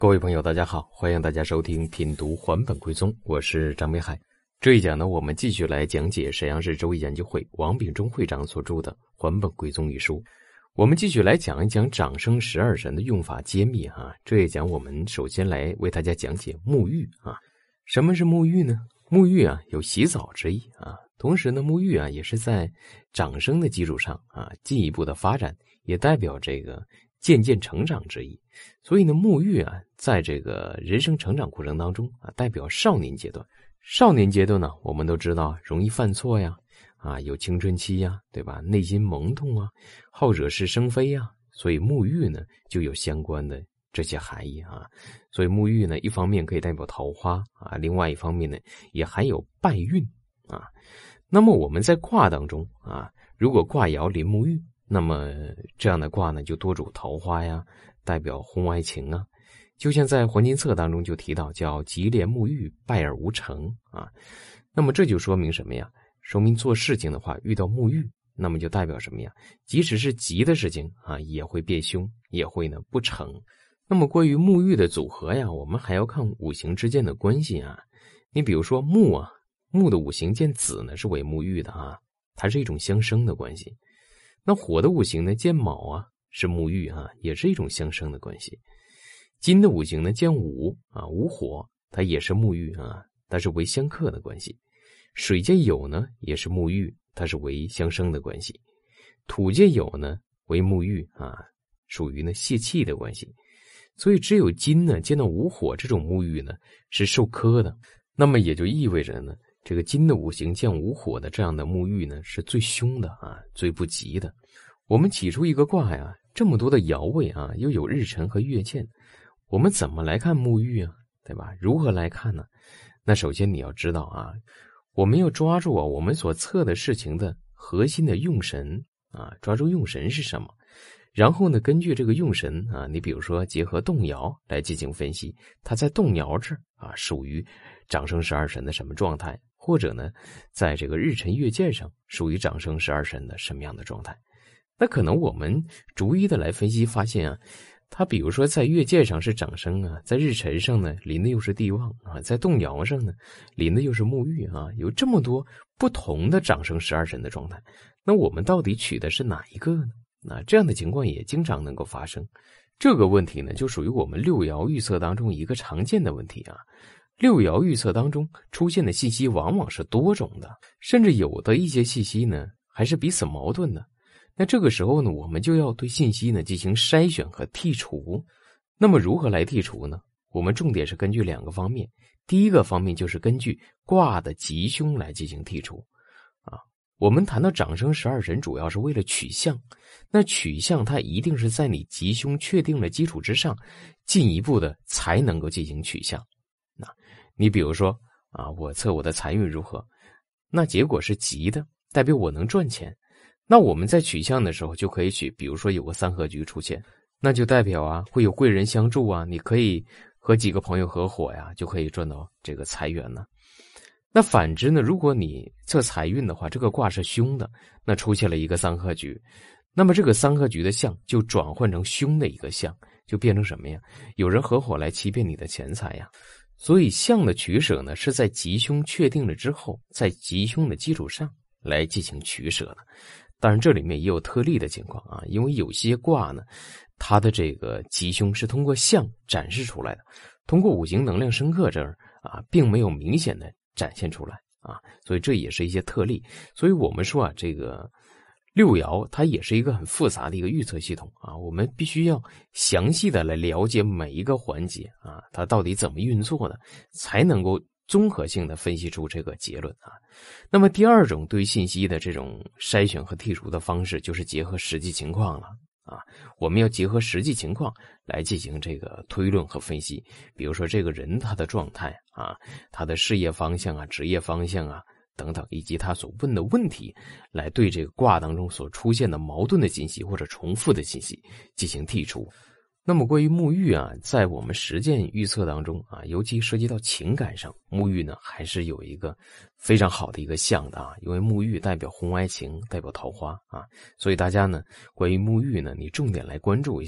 各位朋友大家好，欢迎大家收听品读还本归宗，我是张北海。这一讲呢，我们继续来讲解沈阳市周易研究会王秉忠会长所著的《还本归宗》一书。我们继续来讲一讲长生12神的用法揭秘啊。这一讲我们首先来为大家讲解沐浴啊。什么是沐浴呢？沐浴啊有洗澡之意啊，同时呢沐浴啊也是在长生的基础上啊进一步的发展，也代表这个渐渐成长之意。所以呢沐浴啊在这个人生成长过程当中啊代表少年阶段。少年阶段呢我们都知道容易犯错呀，有青春期呀，对吧？内心萌动啊，好惹是生非啊，所以沐浴呢就有相关的这些含义啊。所以沐浴呢一方面可以代表桃花啊，另外一方面呢也含有败运啊。那么我们在卦当中啊，如果卦爻临沐浴，那么这样的卦呢就多主桃花呀，代表婚外情啊。就像在还金册当中就提到叫吉连沐浴，败而无成啊。那么这就说明什么呀？说明做事情的话遇到沐浴，那么就代表什么呀？即使是吉的事情啊，也会变凶，也会呢不成。那么关于沐浴的组合呀，我们还要看五行之间的关系啊。你比如说木啊，木的五行见子呢是为沐浴的啊，它是一种相生的关系。那火的五行呢见卯啊是沐浴啊，也是一种相生的关系。金的五行呢见午啊，午火它也是沐浴啊，它是为相克的关系。水见酉呢也是沐浴，它是为相生的关系。土见酉呢为沐浴啊，属于呢泄气的关系。所以只有金呢见到午火这种沐浴呢是受克的，那么也就意味着呢这个金的五行见午火的这样的沐浴呢是最凶的啊，最不吉的。我们起初一个卦呀，这么多的爻位啊，又有日辰和月见，我们怎么来看沐浴啊，对吧？如何来看呢？那首先你要知道啊，我们要抓住我们所测的事情的核心的用神啊，抓住用神是什么。然后呢根据这个用神啊，你比如说结合动爻来进行分析，它在动爻这啊属于长生12神的什么状态，或者呢在这个日辰月见上属于长生12神的什么样的状态。那可能我们逐一的来分析发现啊，它比如说在月见上是长生啊，在日辰上呢临的又是地旺啊，在动爻上呢临的又是沐浴啊，有这么多不同的长生12神的状态，那我们到底取的是哪一个呢？那这样的情况也经常能够发生。这个问题呢就属于我们六爻预测当中一个常见的问题啊。六爻预测当中出现的信息往往是多种的，甚至有的一些信息呢还是彼此矛盾的。那这个时候呢我们就要对信息呢进行筛选和剔除。那么如何来剔除呢？我们重点是根据两个方面。第一个方面就是根据卦的吉凶来进行剔除啊。我们谈到长生12神主要是为了取象，那取象它一定是在你吉凶确定的基础之上进一步的才能够进行取象。那你比如说啊，我测我的财运如何，那结果是吉的，代表我能赚钱。那我们在取象的时候就可以取，比如说有个三合局出现，那就代表啊会有贵人相助啊，你可以和几个朋友合伙呀，就可以赚到这个财源呢。那反之呢，如果你测财运的话，这个卦是凶的，那出现了一个三合局，那么这个三合局的象就转换成凶的一个象，就变成什么呀？有人合伙来欺骗你的钱财呀。所以象的取舍呢是在吉凶确定了之后，在吉凶的基础上来进行取舍的。当然这里面也有特例的情况啊，因为有些卦呢它的这个吉凶是通过象展示出来的，通过五行能量生克这儿啊并没有明显的展现出来啊，所以这也是一些特例。所以我们说啊，这个六爻它也是一个很复杂的一个预测系统啊，我们必须要详细的来了解每一个环节啊，它到底怎么运作的，才能够综合性的分析出这个结论啊。那么第二种对信息的这种筛选和剔除的方式，就是结合实际情况了啊。我们要结合实际情况来进行这个推论和分析。比如说这个人他的状态啊，他的事业方向啊，职业方向啊等等，以及他所问的问题，来对这个卦当中所出现的矛盾的信息或者重复的信息进行剔除。那么关于沐浴啊，在我们实践预测当中啊，尤其涉及到情感上，沐浴呢还是有一个非常好的一个象的啊，因为沐浴代表婚外情，代表桃花啊，所以大家呢关于沐浴呢，你重点来关注一下，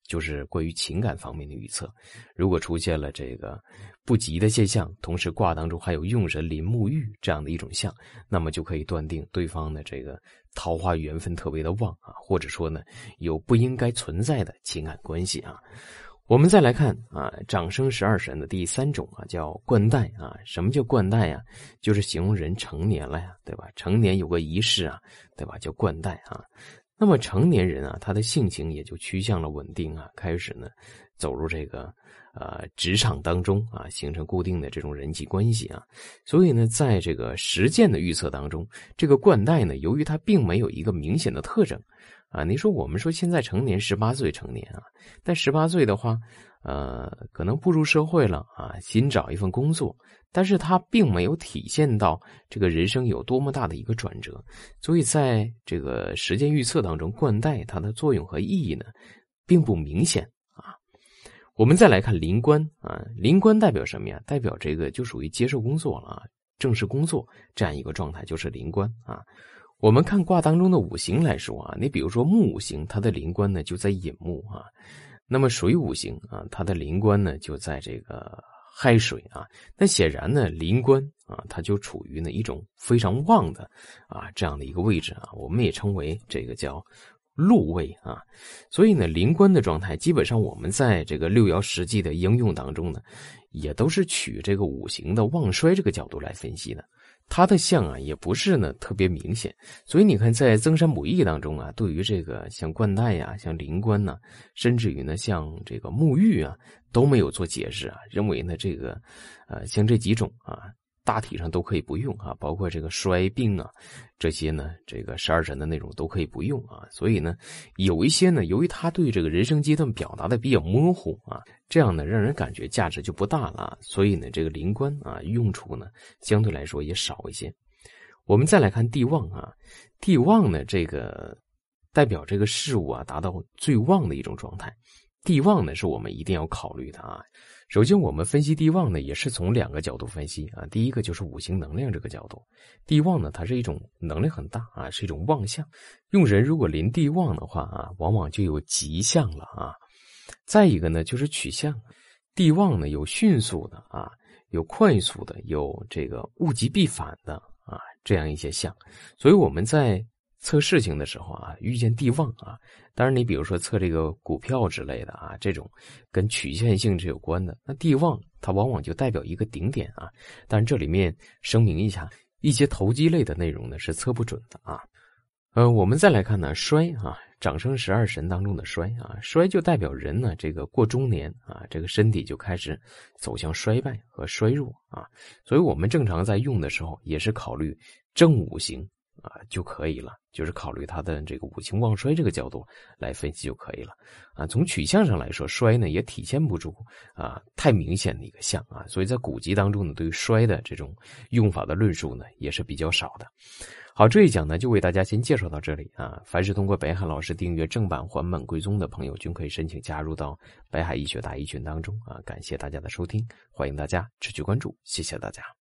就是关于情感方面的预测。如果出现了这个不吉的现象，同时卦当中还有用神临沐浴这样的一种象，那么就可以断定对方的这个桃花缘分特别的旺啊，或者说呢有不应该存在的情感关系啊。我们再来看啊，长生12神的第3种啊，叫冠带啊。什么叫冠带啊？就是形容人成年了呀，对吧？成年有个仪式啊，对吧？叫冠带啊。那么成年人啊，他的性情也就趋向了稳定啊，开始呢走入这个职场当中啊，形成固定的这种人际关系啊。所以呢，在这个实践的预测当中，这个冠带呢，由于它并没有一个明显的特征啊。你说我们说现在成年18岁成年啊，但18岁的话可能步入社会了啊，新找一份工作，但是它并没有体现到这个人生有多么大的一个转折。所以在这个实践预测当中，冠带它的作用和意义呢并不明显啊。我们再来看临官啊，临官代表什么呀？代表这个就属于接受工作了啊，正式工作这样一个状态，就是临官啊。我们看卦当中的五行来说啊，你比如说木五行，它的临官呢就在寅木啊。那么水五行啊，它的临官呢就在这个亥水啊。那显然呢，临官啊，它就处于呢一种非常旺的啊这样的一个位置啊，我们也称为这个叫禄位啊。所以呢，临官的状态，基本上我们在这个6爻实际的应用当中呢，也都是取这个五行的旺衰这个角度来分析的。它的象啊也不是呢特别明显，所以你看在增山补益当中啊，对于这个像冠带呀、像临官呐，甚至于呢像这个沐浴啊都没有做解释啊，认为呢这个像这几种啊大体上都可以不用啊，包括这个衰病啊这些呢，这个12神的内容都可以不用啊。所以呢有一些呢，由于他对这个人生阶段表达的比较模糊啊，这样呢让人感觉价值就不大了，所以呢这个临官啊用处呢相对来说也少一些。我们再来看地旺啊，地旺呢这个代表这个事物啊达到最旺的一种状态。地旺呢是我们一定要考虑的啊。首先我们分析地旺呢也是从2个角度分析啊，第一个就是五行能量这个角度。地旺呢它是一种能量很大啊，是一种旺相，用人如果临地旺的话啊，往往就有吉相了啊。再一个呢就是取向，地旺呢有迅速的啊，有快速的，有这个物极必反的啊这样一些相。所以我们在测事情的时候啊，遇见地旺啊，当然你比如说测这个股票之类的啊，这种跟曲线性是有关的，那地旺它往往就代表一个顶点啊。但是这里面声明一下，一些投机类的内容呢是测不准的啊。我们再来看呢衰啊，长生12神当中的衰啊，衰就代表人呢这个过中年啊，这个身体就开始走向衰败和衰弱啊。所以我们正常在用的时候也是考虑正五行啊就可以了，就是考虑它的这个五行旺衰这个角度来分析就可以了啊。从取向上来说，衰呢也体现不出啊太明显的一个象啊，所以在古籍当中呢，对于衰的这种用法的论述呢也是比较少的。好，这一讲呢就为大家先介绍到这里啊。凡是通过北海老师订阅正版还本归宗的朋友，均可以申请加入到北海医学大一群当中啊。感谢大家的收听，欢迎大家持续关注，谢谢大家。